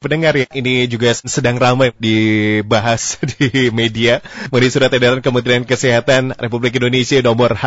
Pendengar ya, ini juga sedang ramai dibahas di media mengenai surat edaran Kementerian Kesehatan Republik Indonesia nomor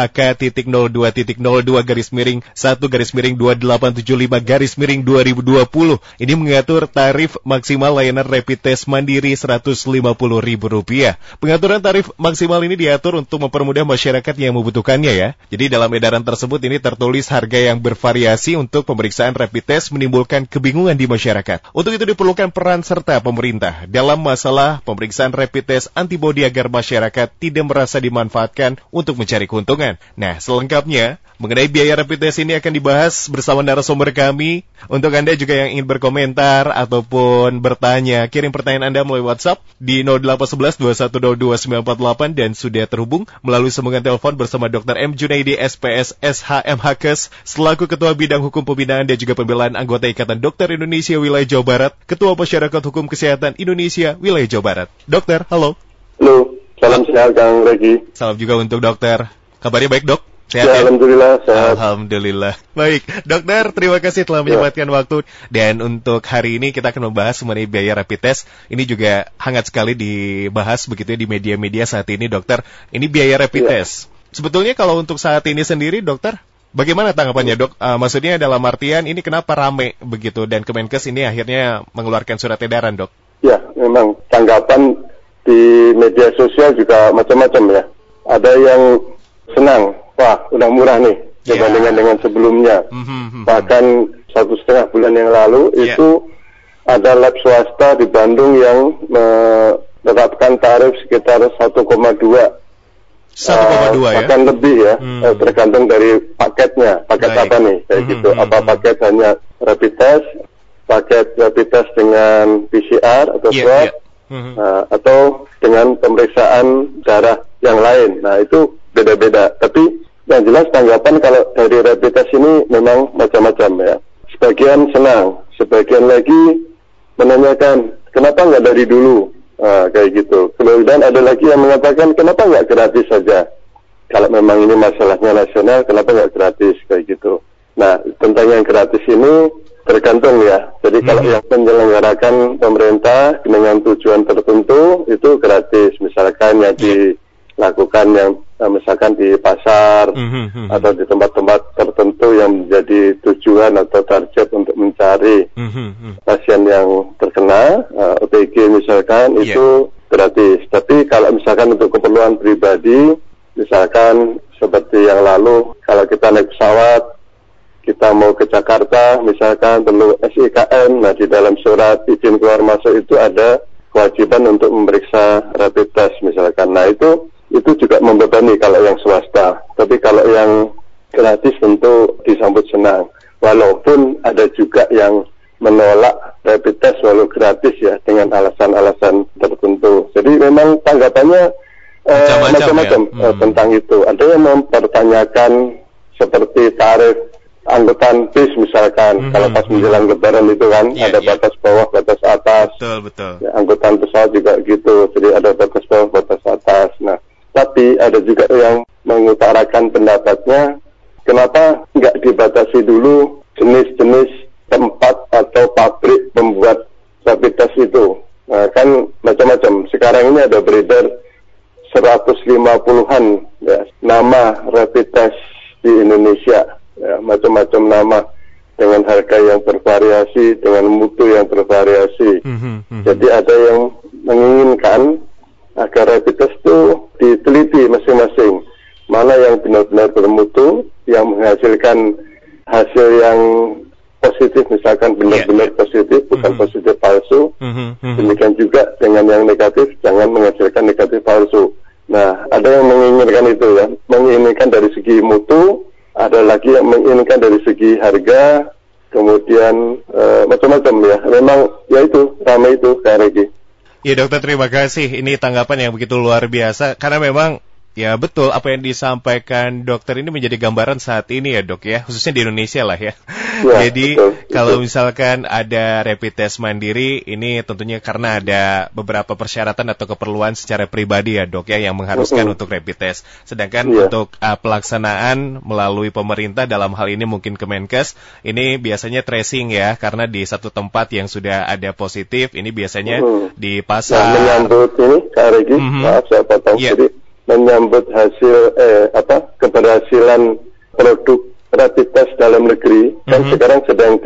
HK.02.1-1-2875-2020. Ini mengatur tarif maksimal layanan rapid test mandiri Rp150.000. Pengaturan tarif maksimal ini diatur untuk mempermudah masyarakat yang membutuhkannya ya. Jadi dalam edaran tersebut ini tertulis harga yang bervariasi untuk pemeriksaan rapid test menimbulkan kebingungan di masyarakat. Untuk itu diperlukan peran serta pemerintah dalam masalah pemeriksaan rapid test antibodi agar masyarakat tidak merasa dimanfaatkan untuk mencari keuntungan. Nah, selengkapnya mengenai biaya rapid test ini akan dibahas bersama narasumber kami. Untuk Anda juga yang ingin berkomentar ataupun bertanya, kirim pertanyaan Anda melalui WhatsApp di 0811-2122-948 dan sudah terhubung melalui sambungan telepon bersama Dr. M. Junaidi, SPS, SHMHKes, selaku Ketua Bidang Hukum Pembinaan dan juga Pembelaan anggota Ikatan Dokter Indonesia Wilayah Jawa Barat, Ketua Masyarakat Hukum Kesehatan Indonesia Wilayah Jawa Barat. Dokter, halo. Halo, salam sehat Kang Regi. Salam juga untuk dokter. Kabarnya baik, Dok? Sehat ya? Alhamdulillah, sehat. Alhamdulillah. Baik, dokter, terima kasih telah menyempatkan waktu. Dan untuk hari ini kita akan membahas mengenai biaya rapid test. Ini juga hangat sekali dibahas begitu ya di media-media saat ini, dokter. Ini biaya rapid test. Sebetulnya kalau untuk saat ini sendiri, dokter, bagaimana tanggapannya, Dok? Maksudnya dalam artian ini kenapa rame begitu dan Kemenkes ini akhirnya mengeluarkan surat edaran, Dok? Ya, memang tanggapan di media sosial juga macam-macam ya. Ada yang senang, wah udah murah nih dibandingkan dengan sebelumnya. Bahkan 1,5 bulan yang lalu itu ada lab swasta di Bandung yang menetapkan tarif sekitar 1,2 ya? Bahkan lebih ya, tergantung dari paketnya, paket apa nih, kayak gitu. Apa paket hanya rapid test, paket rapid test dengan PCR atau swab, atau dengan pemeriksaan darah yang lain. Nah itu beda-beda. Tapi yang jelas tanggapan kalau dari rapid test ini memang macam-macam ya. Sebagian senang, sebagian lagi menanyakan kenapa nggak dari dulu. Kayak gitu. Kemudian ada lagi yang mengatakan kenapa nggak gratis saja? Kalau memang ini masalahnya nasional, kenapa nggak gratis kayak gitu? Nah, tentang yang gratis ini tergantung ya. Jadi kalau yang menyelenggarakan pemerintah dengan tujuan tertentu itu gratis. Misalkan yang dilakukan yang misalkan di pasar atau di tempat-tempat tertentu yang menjadi tujuan atau target untuk mencari pasien yang terkena OTG misalkan itu gratis. Tapi kalau misalkan untuk keperluan pribadi, misalkan seperti yang lalu kalau kita naik pesawat, kita mau ke Jakarta misalkan perlu SIKM, nah di dalam surat izin keluar masuk itu ada kewajiban untuk memeriksa rapid test misalkan. Nah itu juga membebani kalau yang swasta. Tapi kalau yang gratis tentu disambut senang. Walaupun ada juga yang menolak rapid test walau gratis ya dengan alasan-alasan tertentu. Jadi memang tanggapannya macam-macam tentang itu. Ada yang mempertanyakan seperti tarif angkutan bis misalkan, kalau pas menjelang lebaran itu kan ada batas bawah, batas atas. Betul. Ya, angkutan pesawat juga gitu. Jadi ada batas bawah, batas atas. Nah, tapi ada juga yang mengutarakan pendapatnya, kenapa nggak dibatasi dulu jenis-jenis tempat atau pabrik pembuat rapid test itu. Nah, kan macam-macam. Sekarang ini ada beredar 150-an ya, nama rapid test di Indonesia. Ya, macam-macam nama dengan harga yang bervariasi, dengan mutu yang bervariasi. Jadi ada yang menginginkan agar rapid test itu diteliti masing-masing. Mana yang benar-benar bermutu, yang menghasilkan hasil yang positif, misalkan benar-benar positif, bukan positif palsu. Demikian juga dengan yang negatif, jangan menghasilkan negatif palsu. Nah, ada yang menginginkan itu ya, menginginkan dari segi mutu, ada lagi yang menginginkan dari segi harga, kemudian macam-macam ya. Memang ya itu, ramai itu kayak lagi. Ya dokter, terima kasih. Ini tanggapan yang begitu luar biasa, karena memang Ya betul, apa yang disampaikan dokter ini menjadi gambaran saat ini ya dok ya, khususnya di Indonesia lah ya. Ya, Jadi betul. kalau misalkan ada rapid test mandiri, ini tentunya karena ada beberapa persyaratan atau keperluan secara pribadi ya dok ya, yang mengharuskan untuk rapid test. Sedangkan untuk pelaksanaan melalui pemerintah dalam hal ini mungkin Kemenkes, ini biasanya tracing ya, karena di satu tempat yang sudah ada positif, ini biasanya di pasar. Nah, menyambut ini Kak Regi, maaf saya potong. Jadi menyambut hasil keberhasilan produk rapid test dalam negeri kan sekarang sedang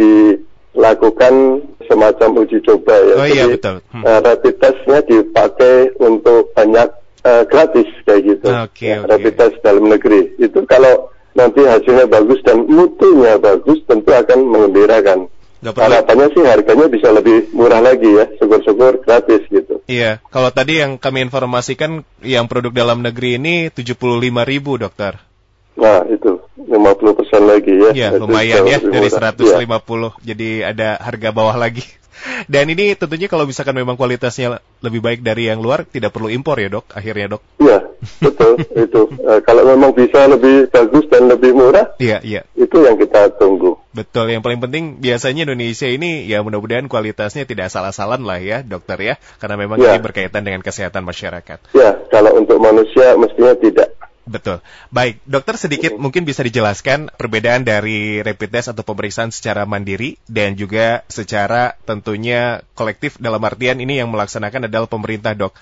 dilakukan semacam uji coba ya. Oh iya betul. Rapid testnya dipakai untuk banyak gratis kayak gitu. Rapid test dalam negeri itu kalau nanti hasilnya bagus dan mutunya bagus tentu akan mengembirakan. Harapannya sih harganya bisa lebih murah lagi ya, syukur-syukur gratis gitu. Iya, kalau tadi yang kami informasikan yang produk dalam negeri ini 75.000 dokter. Nah itu 50% lagi ya. Iya lumayan ya dari 150, jadi ada harga bawah lagi. Dan ini tentunya kalau misalkan memang kualitasnya lebih baik dari yang luar, tidak perlu impor ya dok, akhirnya dok. Iya, betul itu. Kalau memang bisa lebih bagus dan lebih murah, itu yang kita tunggu. Betul, yang paling penting biasanya Indonesia ini ya mudah-mudahan kualitasnya tidak salah-salan lah ya dokter ya, karena memang ini berkaitan dengan kesehatan masyarakat. Ya, kalau untuk manusia mestinya tidak. Betul. Baik, dokter sedikit mungkin bisa dijelaskan perbedaan dari rapid test atau pemeriksaan secara mandiri dan juga secara tentunya kolektif dalam artian ini yang melaksanakan adalah pemerintah dok.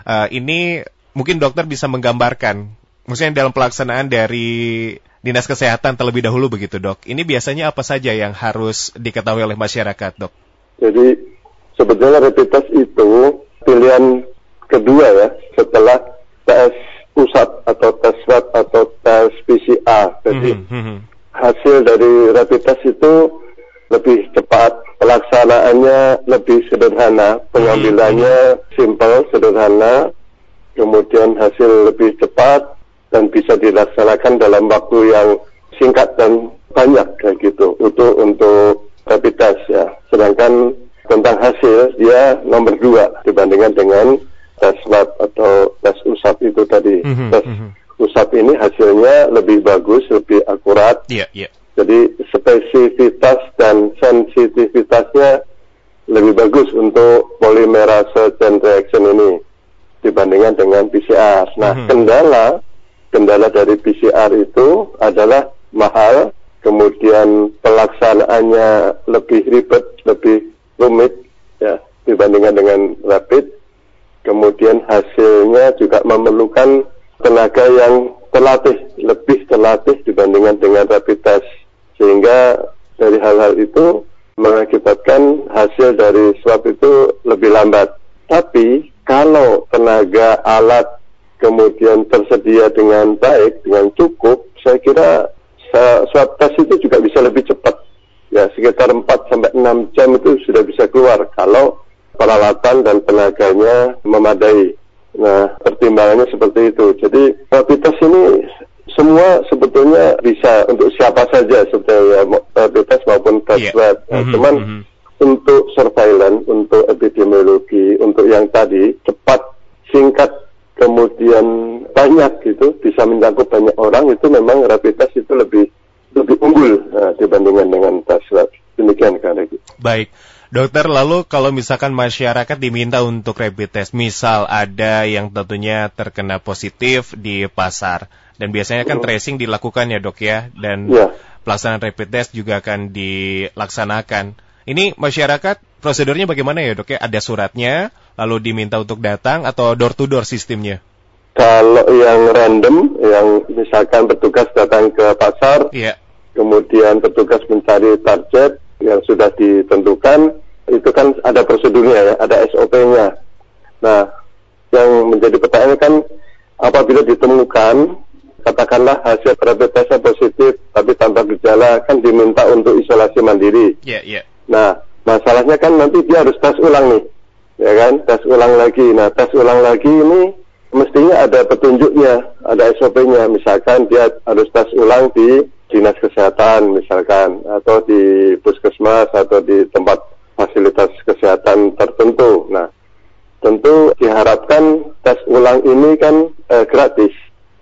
Ini mungkin dokter bisa menggambarkan, maksudnya dalam pelaksanaan dari Dinas Kesehatan terlebih dahulu begitu dok. Ini biasanya apa saja yang harus diketahui oleh masyarakat dok? Jadi sebetulnya rapid test itu pilihan kedua ya setelah tes pusat atau tes swab atau tes PCR. Jadi hasil dari rapid test itu lebih cepat, pelaksanaannya lebih sederhana, pengambilannya simpel, sederhana, kemudian hasil lebih cepat dan bisa dilaksanakan dalam waktu yang singkat dan banyak kayak gitu untuk rapid test ya. Sedangkan tentang hasil dia nomor 2 dibandingkan dengan tes swab atau tes usap itu tadi. Tes usap ini hasilnya lebih bagus, lebih akurat. Jadi spesifitas dan sensitivitasnya lebih bagus untuk polymerase chain reaction ini dibandingkan dengan PCR. Nah, kendala dari PCR itu adalah mahal, kemudian pelaksanaannya lebih ribet, lebih rumit ya dibandingkan dengan rapid. Kemudian hasilnya juga memerlukan tenaga yang lebih terlatih dibandingkan dengan rapid test. Sehingga dari hal-hal itu mengakibatkan hasil dari swab itu lebih lambat. Tapi kalau tenaga alat kemudian tersedia dengan baik, dengan cukup, saya kira swab test itu juga bisa lebih cepat. Ya, sekitar 4-6 jam itu sudah bisa keluar kalau peralatan dan tenaganya memadai. Nah, pertimbangannya seperti itu. Jadi, rapid test ini semua sebetulnya bisa untuk siapa saja sebetulnya, rapid test maupun tes swab. Cuman untuk surveillance, untuk epidemiologi, untuk yang tadi cepat, singkat, kemudian banyak gitu, bisa mencakup banyak orang, itu memang rapid test itu lebih unggul dibandingkan dengan tes swab. Demikian kan. Baik. Dokter, lalu kalau misalkan masyarakat diminta untuk rapid test, misal ada yang tentunya terkena positif di pasar, dan biasanya kan tracing dilakukan ya dok ya, dan pelaksanaan rapid test juga akan dilaksanakan. Ini masyarakat prosedurnya bagaimana ya dok ya? Ada suratnya, lalu diminta untuk datang atau door to door sistemnya? Kalau yang random, yang misalkan petugas datang ke pasar, kemudian petugas mencari target yang sudah ditentukan, itu kan ada prosedurnya ya, ada SOP-nya. Nah, yang menjadi pertanyaan kan apabila ditemukan, katakanlah hasil rapid testnya positif, tapi tanpa gejala, kan diminta untuk isolasi mandiri. Nah, masalahnya kan nanti dia harus tes ulang nih, ya kan, tes ulang lagi. Nah, tes ulang lagi ini mestinya ada petunjuknya, ada SOP-nya. Misalkan dia harus tes ulang di Dinas Kesehatan misalkan, atau di puskesmas atau di tempat fasilitas kesehatan tertentu. Nah, tentu diharapkan tes ulang ini kan gratis.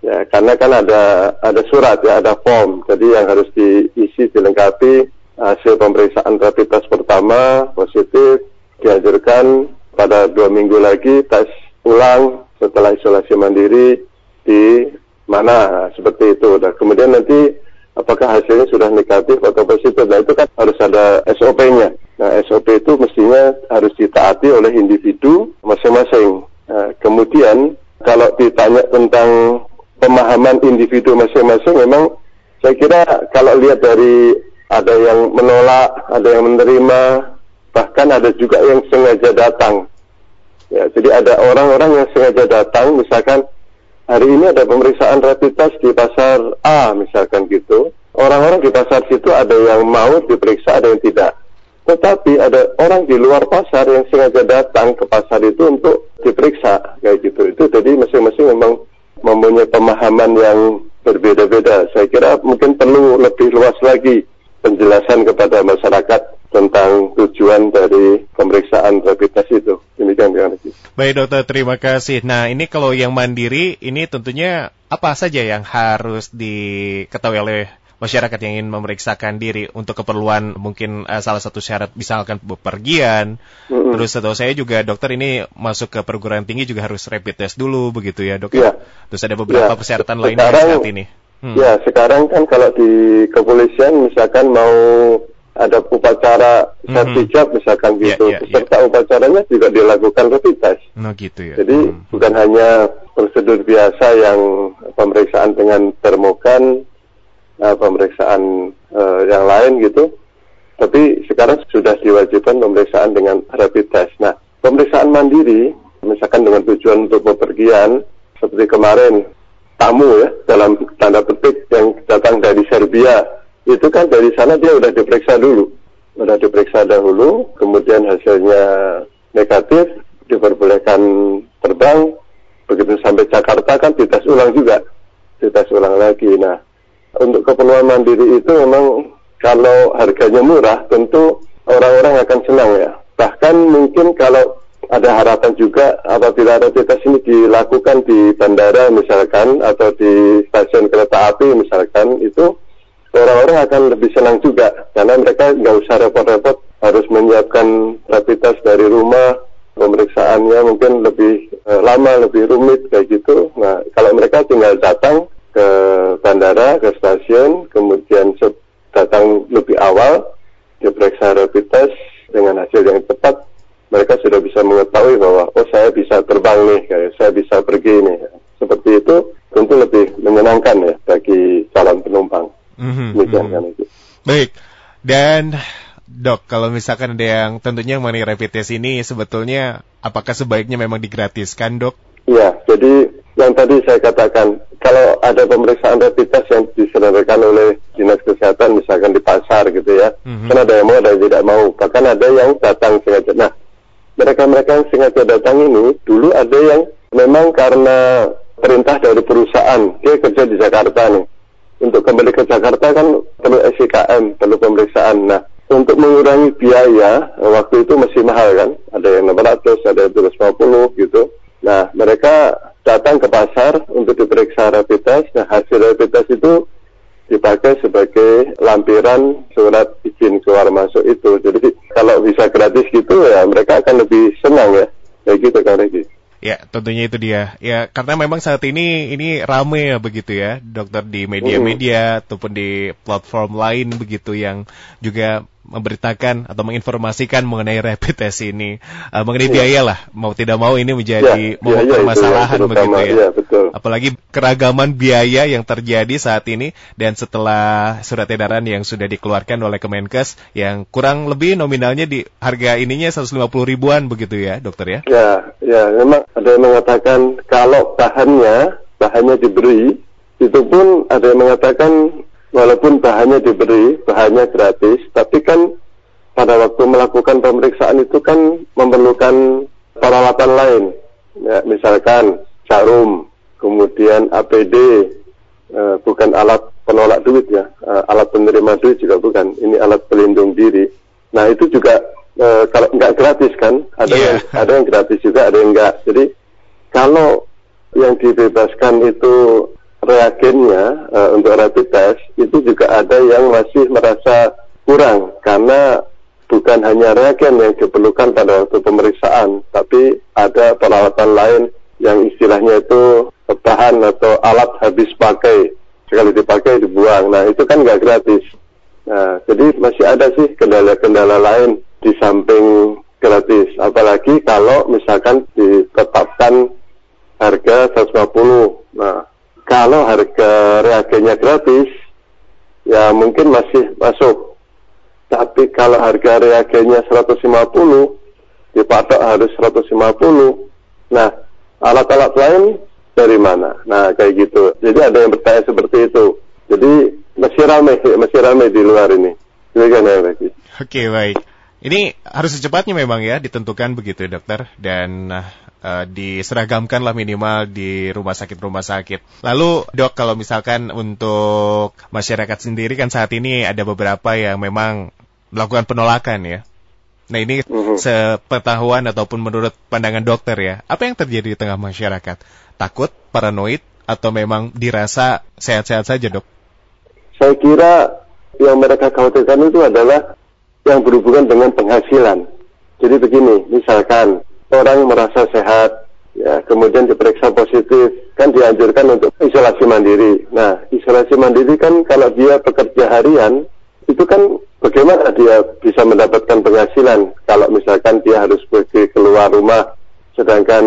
Ya, karena kan ada surat ya, ada form. Jadi yang harus diisi, dilengkapi hasil pemeriksaan rapid test pertama positif, dianjurkan pada 2 minggu lagi tes ulang setelah isolasi mandiri di mana, seperti itu. Nah, kemudian nanti apakah hasilnya sudah negatif atau positif, nah itu kan harus ada SOP-nya. Nah, SOP itu mestinya harus ditaati oleh individu masing-masing. Nah, kemudian kalau ditanya tentang pemahaman individu masing-masing, memang saya kira kalau lihat dari ada yang menolak, ada yang menerima, bahkan ada juga yang sengaja datang. Ya, jadi ada orang-orang yang sengaja datang, misalkan hari ini ada pemeriksaan rapid test di pasar A, misalkan gitu. Orang-orang di pasar situ ada yang mau diperiksa, ada yang tidak. Tetapi ada orang di luar pasar yang sengaja datang ke pasar itu untuk diperiksa, kayak gitu. Itu jadi masing-masing memang mempunyai pemahaman yang berbeda-beda. Saya kira mungkin perlu lebih luas lagi penjelasan kepada masyarakat tentang tujuan dari pemeriksaan rapid test itu. Demikian, terima kasih. Baik dokter, terima kasih. Nah, ini kalau yang mandiri, ini tentunya apa saja yang harus diketahui oleh masyarakat yang ingin memeriksakan diri untuk keperluan mungkin salah satu syarat misalkan bepergian. Terus setahu saya juga dokter ini masuk ke perguruan tinggi juga harus rapid test dulu begitu ya dok. Ya. Terus ada beberapa persyaratan lainnya saat ini. Ya, sekarang kan kalau di kepolisian misalkan mau ada upacara sertijab misalkan gitu, peserta upacaranya juga dilakukan rapid test. Oh gitu ya. Jadi bukan hanya prosedur biasa yang pemeriksaan dengan termogan, pemeriksaan yang lain gitu, tapi sekarang sudah diwajibkan pemeriksaan dengan rapid test. Nah, pemeriksaan mandiri, misalkan dengan tujuan untuk bepergian, seperti kemarin tamu ya, dalam tanda petik yang datang dari Serbia, itu kan dari sana dia udah diperiksa dahulu, kemudian hasilnya negatif, diperbolehkan terbang, begitu sampai Jakarta kan dites ulang lagi. Nah, untuk keperluan mandiri itu memang kalau harganya murah, tentu orang-orang akan senang ya. Bahkan mungkin kalau ada harapan juga apabila rapid test ini dilakukan di bandara misalkan, atau di stasiun kereta api misalkan, itu orang-orang akan lebih senang juga, karena mereka nggak usah repot-repot harus menyiapkan rapid test dari rumah, pemeriksaannya mungkin lebih lama, lebih rumit kayak gitu. Nah, kalau mereka tinggal datang ke bandara, ke stasiun, kemudian datang lebih awal, diperiksa rapid test dengan hasil yang cepat, mereka sudah bisa mengetahui bahwa saya bisa terbang nih, kayak saya bisa pergi nih. Seperti itu tentu lebih menyenangkan ya bagi calon penumpang. Baik, dan dok, kalau misalkan ada yang tentunya mengenai rapid test ini sebetulnya apakah sebaiknya memang digratiskan dok? Iya, jadi yang tadi saya katakan, kalau ada pemeriksaan rapid test yang diselenggarakan oleh Dinas Kesehatan misalkan di pasar gitu ya, kan ada yang mau, ada yang tidak mau, bahkan ada yang datang sengaja. Nah, mereka-mereka yang sengaja datang ini, dulu ada yang memang karena perintah dari perusahaan, dia kerja di Jakarta nih, untuk kembali ke Jakarta kan perlu SIKM, perlu pemeriksaan. Nah, untuk mengurangi biaya, waktu itu masih mahal kan, ada yang 600, ada yang 250 gitu. Nah, mereka datang ke pasar untuk diperiksa rapid test. Nah, hasil rapid test itu dipakai sebagai lampiran surat izin keluar masuk itu. Jadi kalau bisa gratis gitu ya mereka akan lebih senang ya. Kayak gitu kan Regi. Ya, tentunya itu dia. Ya, karena memang saat ini rame ya begitu ya, dokter, di media-media ataupun di platform lain begitu yang juga memberitakan atau menginformasikan mengenai rapid test ini. Mengenai biaya lah, mau tidak mau ini menjadi permasalahan begitu ya. Ya, betul. Apalagi keragaman biaya yang terjadi saat ini, dan setelah surat edaran yang sudah dikeluarkan oleh Kemenkes yang kurang lebih nominalnya di harga ininya 150 ribuan begitu ya, dokter ya. Ya, memang ada yang mengatakan kalau bahannya diberi, itu pun ada yang mengatakan walaupun bahannya diberi, bahannya gratis, tapi kan pada waktu melakukan pemeriksaan itu kan memerlukan peralatan lain. Ya, misalkan jarum, kemudian APD, bukan alat penolak duit ya, alat penerima duit juga bukan, ini alat pelindung diri. Nah, itu juga kalau nggak gratis kan, ada yang gratis juga, ada yang nggak. Jadi kalau yang dibebaskan itu reagennya untuk rapid test itu juga ada yang masih merasa kurang karena bukan hanya reagen yang diperlukan pada waktu pemeriksaan, tapi ada peralatan lain yang istilahnya itu bahan atau alat habis pakai, sekali dipakai dibuang. Nah itu kan nggak gratis. Nah jadi masih ada sih kendala-kendala lain di samping gratis, apalagi kalau misalkan ditetapkan harga 150. Nah, kalau harga reagennya gratis, ya mungkin masih masuk. Tapi kalau harga reagennya 150, dipatok harus 150. Nah, alat-alat lain dari mana? Nah, kayak gitu. Jadi ada yang bertanya seperti itu. Jadi masih ramai di luar ini. Demikian ya, Pak. Oke, baik. Ini harus secepatnya memang ya ditentukan begitu ya dokter, dan diseragamkanlah minimal di rumah sakit. Lalu dok, kalau misalkan untuk masyarakat sendiri kan saat ini ada beberapa yang memang melakukan penolakan ya. Nah ini sepengetahuan ataupun menurut pandangan dokter ya, apa yang terjadi di tengah masyarakat? Takut, paranoid, atau memang dirasa sehat-sehat saja dok? Saya kira yang mereka khawatirkan itu adalah yang berhubungan dengan penghasilan. Jadi begini, misalkan orang merasa sehat, ya kemudian diperiksa positif, kan dianjurkan untuk isolasi mandiri. Nah, isolasi mandiri kan kalau dia bekerja harian, itu kan bagaimana dia bisa mendapatkan penghasilan kalau misalkan dia harus pergi keluar rumah, sedangkan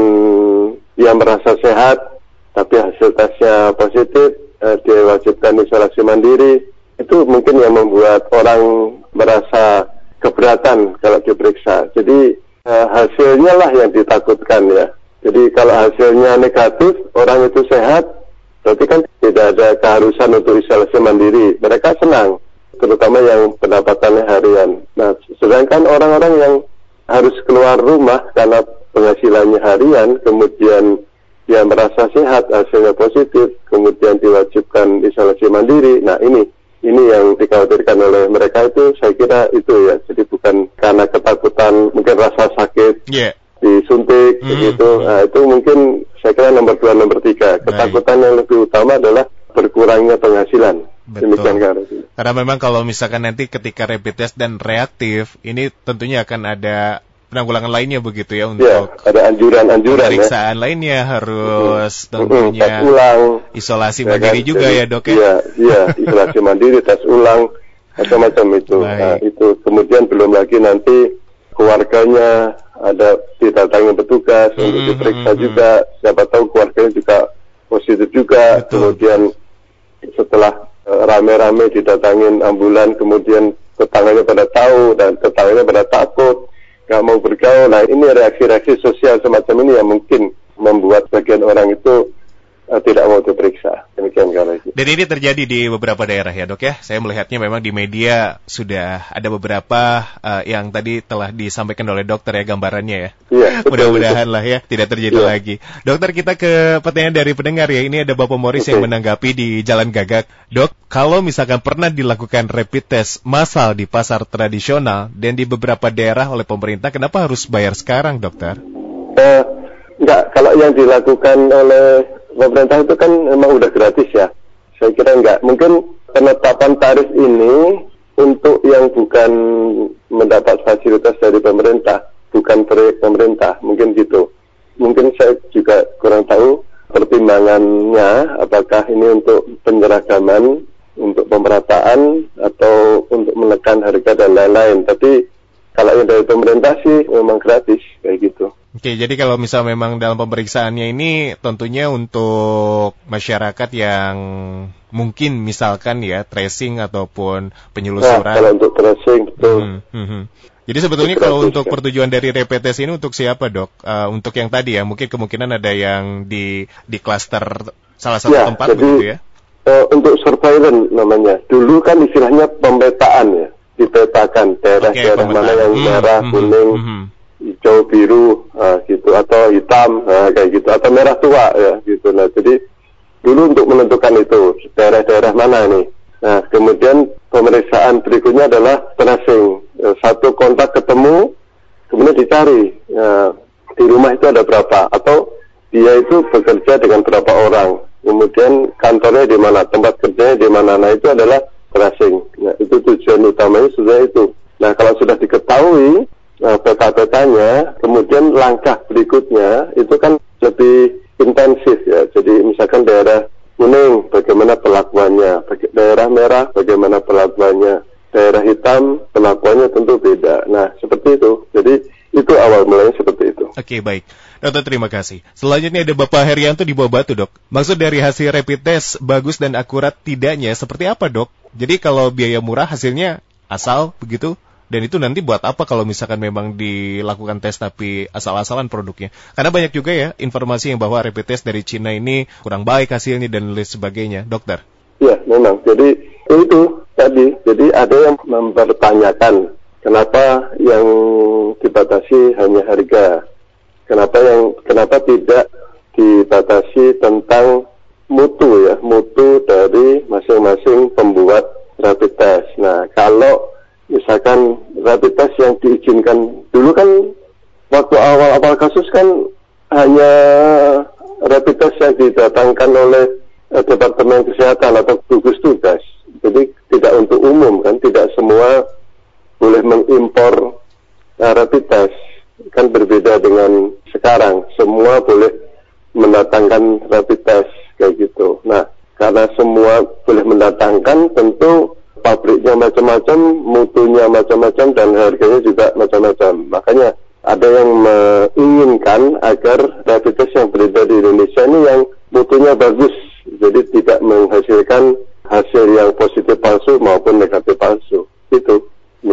dia merasa sehat, tapi hasil tesnya positif, dia wajibkan isolasi mandiri. Itu mungkin yang membuat orang merasa keberatan kalau diperiksa. Jadi hasilnya lah yang ditakutkan ya. Jadi kalau hasilnya negatif, orang itu sehat, berarti kan tidak ada keharusan untuk isolasi mandiri. Mereka senang, terutama yang pendapatannya harian. Nah, sedangkan orang-orang yang harus keluar rumah karena penghasilannya harian, kemudian dia merasa sehat, hasilnya positif, kemudian diwajibkan isolasi mandiri. Nah, ini yang dikhawatirkan oleh mereka itu, saya kira itu ya. Jadi bukan karena ketakutan, mungkin rasa sakit, disuntik, begitu. Nah, itu mungkin saya kira nomor 2, nomor 3. Ketakutan yang lebih utama adalah berkurangnya penghasilan. Betul. Karena memang kalau misalkan nanti ketika rapid test dan reaktif, ini tentunya akan ada penanggulangan lainnya begitu ya, untuk ada anjuran-anjuran pemeriksaan lainnya harus tentunya tes ulang, isolasi mandiri kan, juga ya dok ya. Iya, isolasi mandiri, tes ulang, macam-macam itu. Nah, itu kemudian belum lagi nanti keluarganya ada didatangi petugas untuk diperiksa juga, siapa tahu keluarganya juga positif juga. Betul. Kemudian setelah rame-rame didatangin ambulan, kemudian tetangganya pada tahu dan tetangganya pada takut, nggak mau bergaul. Nah ini reaksi-reaksi sosial semacam ini yang mungkin membuat bagian orang itu tidak mau diperiksa. Demikian kalau itu. Dan ini terjadi di beberapa daerah ya dok ya. Saya melihatnya memang di media sudah ada beberapa yang tadi telah disampaikan oleh dokter ya gambarannya ya. Iya. Mudah-mudahan lah ya tidak terjadi lagi. Dokter, kita ke pertanyaan dari pendengar ya. Ini ada Bapak Morris yang menanggapi di Jalan Gagak. Dok, kalau misalkan pernah dilakukan rapid test massal di pasar tradisional dan di beberapa daerah oleh pemerintah, kenapa harus bayar sekarang dokter? Enggak, kalau yang dilakukan oleh pemerintah itu kan memang udah gratis ya. Saya kira enggak. Mungkin penetapan tarif ini untuk yang bukan mendapat fasilitas dari pemerintah, bukan proyek pemerintah, mungkin gitu. Mungkin saya juga kurang tahu pertimbangannya, apakah ini untuk penyeragaman, untuk pemerataan, atau untuk menekan harga dan lain-lain. Tapi kalau yang dari pemerintah sih memang gratis, kayak gitu. Oke, jadi kalau misal memang dalam pemeriksaannya ini tentunya untuk masyarakat yang mungkin misalkan ya tracing ataupun penyelusuran. Nah, kalau untuk tracing betul. Jadi sebetulnya kalau untuk pertujuan dari rapid test ini untuk siapa dok? Untuk yang tadi ya, mungkin kemungkinan ada yang di klaster salah satu tempat jadi, begitu ya? Untuk surveillance namanya. Dulu kan istilahnya pemetaan ya, dipetakan daerah-daerah mana yang merah, kuning, hijau, biru, gitu, atau hitam, kayak gitu, atau merah tua ya, gitu. Nah, jadi dulu untuk menentukan itu daerah-daerah mana ini. Nah, kemudian pemeriksaan berikutnya adalah tracing. Satu kontak ketemu, kemudian dicari di rumah itu ada berapa, atau dia itu bekerja dengan berapa orang. kemudian kantornya di mana, tempat kerjanya di mana. Nah, itu adalah tracing. Nah, itu tujuan utamanya sudah itu. Nah, kalau sudah diketahui peta-petanya, kemudian langkah berikutnya itu kan lebih intensif ya. Jadi misalkan daerah kuning, bagaimana perlakuannya, daerah merah, bagaimana perlakuannya, daerah hitam, perlakuannya tentu beda. Nah, seperti itu. Jadi itu awal mulanya seperti itu. Oke, baik. Dokter, terima kasih. Selanjutnya ada Bapak Herianto di Bawah Batu, Dok. Maksud dari hasil rapid test bagus dan akurat tidaknya seperti apa, Dok? Jadi kalau biaya murah hasilnya asal begitu? Dan itu nanti buat apa kalau misalkan memang dilakukan tes tapi asal-asalan produknya? Karena banyak juga ya informasi yang bahwa rapid test dari Cina ini kurang baik hasilnya dan lain sebagainya, Dokter. Iya, memang. Jadi itu tadi. Jadi ada yang mempertanyakan kenapa yang dibatasi hanya harga? Kenapa tidak dibatasi tentang mutu ya, mutu dari masing-masing pembuat rapid test. Nah, kalau misalkan rapid test yang diizinkan dulu kan waktu awal-awal kasus kan hanya rapid test yang didatangkan oleh Departemen Kesehatan atau gugus tugas. Jadi tidak untuk umum kan, tidak semua boleh mengimpor rapid test. Kan berbeda dengan sekarang, semua boleh mendatangkan rapid test kayak gitu. Nah, karena semua boleh mendatangkan, tentu pabriknya macam-macam, mutunya macam-macam, dan harganya juga macam-macam. Makanya ada yang menginginkan agar rapid test yang beredar di Indonesia ini yang mutunya bagus, jadi tidak menghasilkan hasil yang positif palsu maupun negatif palsu. Itu.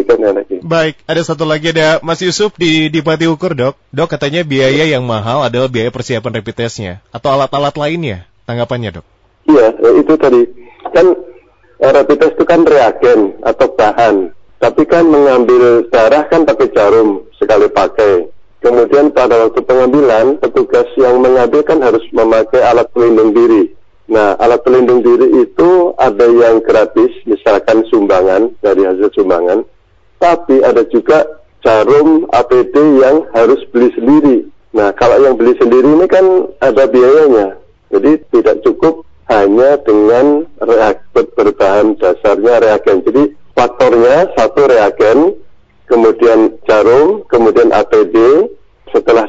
Baik, ada satu lagi, ada Mas Yusuf di Pati Ukur, Dok. Dok, katanya biaya yang mahal adalah biaya persiapan rapid test-nya atau alat-alat lainnya. Tanggapannya, Dok? Iya, itu tadi. Kan rapid test itu kan reagen atau bahan. Tapi kan mengambil darah kan pakai jarum sekali pakai. Kemudian pada waktu pengambilan, petugas yang mengambil kan harus memakai alat pelindung diri. Nah, alat pelindung diri itu ada yang gratis, misalkan sumbangan, dari hasil sumbangan. Tapi ada juga jarum APD yang harus beli sendiri. Nah, kalau yang beli sendiri ini kan ada biayanya. Jadi tidak cukup hanya dengan berbahan dasarnya reagen. Jadi faktornya satu reagen, kemudian jarum, kemudian APD. Setelah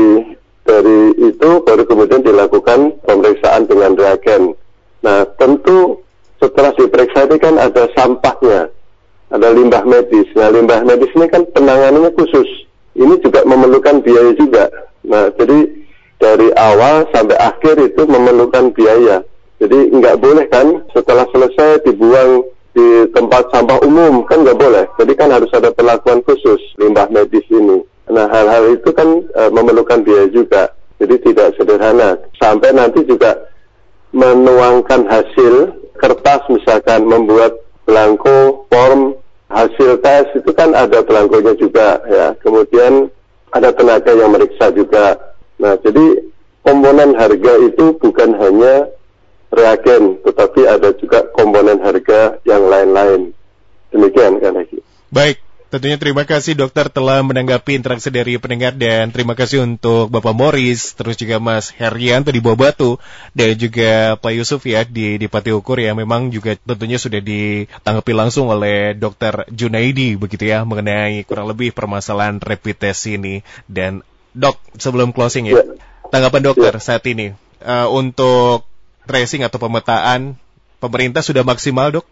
dari itu baru kemudian dilakukan pemeriksaan dengan reagen. Nah, tentu setelah diperiksa ini kan ada sampahnya. Ada limbah medis. Nah, limbah medis ini kan penanganannya khusus. Ini juga memerlukan biaya juga. Nah, jadi dari awal sampai akhir itu memerlukan biaya. Jadi nggak boleh kan setelah selesai dibuang di tempat sampah umum, kan nggak boleh. Jadi kan harus ada perlakuan khusus limbah medis ini. Nah, hal-hal itu kan memerlukan biaya juga. Jadi tidak sederhana. Sampai nanti juga menuangkan hasil kertas, misalkan membuat belangko, form, hasil tes itu kan ada belangkonya juga ya. Kemudian ada tenaga yang meriksa juga. Nah, jadi komponen harga itu bukan hanya reagen, tetapi ada juga komponen harga yang lain-lain. Demikian kan lagi. Baik. Tentunya terima kasih dokter telah menanggapi interaksi dari pendengar, dan terima kasih untuk Bapak Morris, terus juga Mas Herianto di Bawah Batu, dan juga Pak Yusuf ya di Pati Ukur yang memang juga tentunya sudah ditanggapi langsung oleh Dokter Junaidi begitu ya mengenai kurang lebih permasalahan rapid test ini. Dan dok, sebelum closing ya, tanggapan dokter saat ini untuk tracing atau pemetaan pemerintah sudah maksimal, Dok?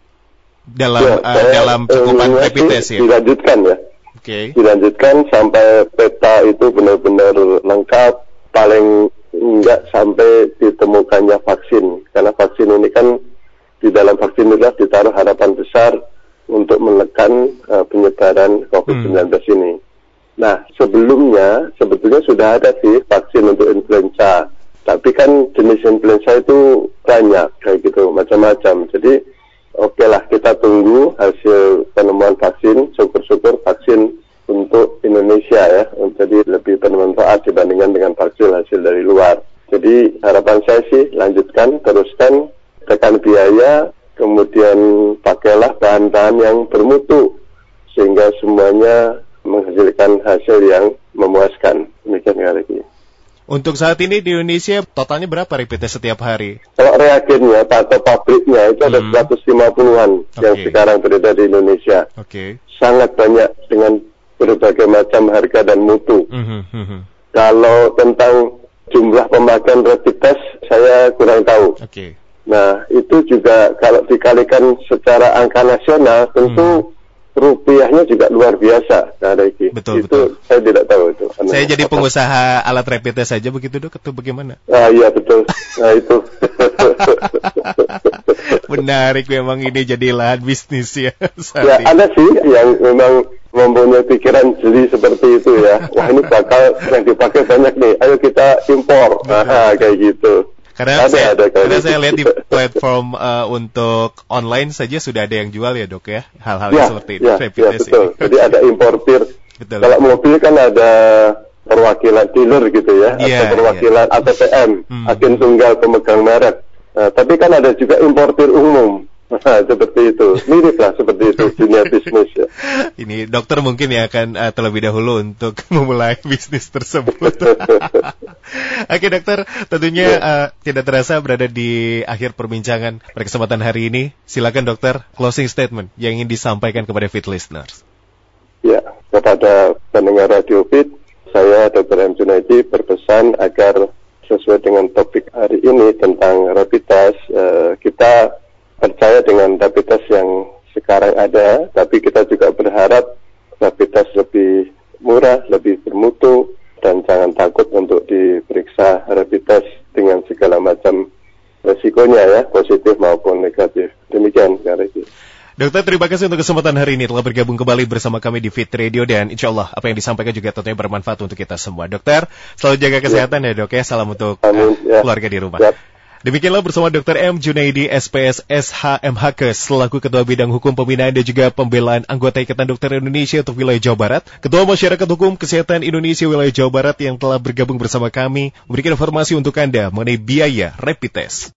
Dalam cakupan rapid test ya? Dilanjutkan ya. Okay. Dilanjutkan sampai peta itu benar-benar lengkap, paling enggak sampai ditemukannya vaksin. Karena vaksin ini kan di dalam vaksin inilah ditaruh harapan besar untuk menekan penyebaran COVID-19 ini. Nah, sebelumnya sebetulnya sudah ada sih vaksin untuk influenza. Tapi kan jenis influenza itu banyak kayak gitu, macam-macam. Jadi oke lah, kita tunggu hasil penemuan vaksin. Syukur-syukur vaksin untuk Indonesia ya, jadi lebih bermanfaat dibandingkan dengan vaksin hasil dari luar. Jadi harapan saya sih lanjutkan, teruskan, tekan biaya, kemudian pakailah bahan-bahan yang bermutu sehingga semuanya menghasilkan hasil yang memuaskan. Demikian lagi. Untuk saat ini di Indonesia totalnya berapa rapid test setiap hari? Kalau reagennya atau pabriknya itu ada 150-an yang sekarang beredar di Indonesia. Sangat banyak dengan berbagai macam harga dan mutu. Kalau tentang jumlah pemakaian rapid test saya kurang tahu. Nah, itu juga kalau dikalikan secara angka nasional tentu rupiahnya juga luar biasa. Nah, betul. Saya tidak tahu itu. Saya jadi pengusaha alat rapid test saja begitu, Dok, atau bagaimana? Iya betul. Nah, itu. Menarik memang ini jadi lahan bisnis ya. Ya, ada sih yang memang mempunyai pikiran jeli seperti itu ya. Wah, ini bakal yang dipakai banyak nih. Ayo kita impor. Nah, kayak gitu. Karena saya lihat di platform untuk online saja sudah ada yang jual ya, Dok ya, hal-hal yang seperti ini. Rapid test betul. Ini. Jadi ada importir. Betul. Kalau mobil kan ada perwakilan dealer gitu ya, atau perwakilan ATPM, agen tunggal pemegang merek. Nah, tapi kan ada juga importir umum. Nah, seperti itu. Mirip lah seperti itu dunia bisnis ya. Ini dokter mungkin ya akan terlebih dahulu untuk memulai bisnis tersebut. Oke dokter, tentunya tidak terasa berada di akhir perbincangan pada kesempatan hari ini. Silakan dokter, closing statement yang ingin disampaikan kepada Fit Listeners. Ya, kepada pendengar Radio Fit, saya Dr. M. Junaidi berpesan agar sesuai dengan topik hari ini tentang rapid test, kita percaya dengan rapid test yang sekarang ada, tapi kita juga berharap rapid test lebih murah, lebih bermutu, dan jangan takut untuk diperiksa rapid test dengan segala macam resikonya ya, positif maupun negatif. Demikian, Kak Regi. Dokter, terima kasih untuk kesempatan hari ini telah bergabung kembali bersama kami di Fit Radio, dan insya Allah apa yang disampaikan juga tentunya bermanfaat untuk kita semua. Dokter, selalu jaga kesehatan ya dok ya, salam untuk keluarga di rumah. Demikianlah bersama Dr. M. Junaidi, SPS, SHMHK, selaku Ketua Bidang Hukum Pembinaan dan juga Pembelaan Anggota Ikatan Dokter Indonesia untuk Wilayah Jawa Barat, Ketua Masyarakat Hukum Kesehatan Indonesia Wilayah Jawa Barat yang telah bergabung bersama kami, memberikan informasi untuk Anda mengenai biaya rapid test.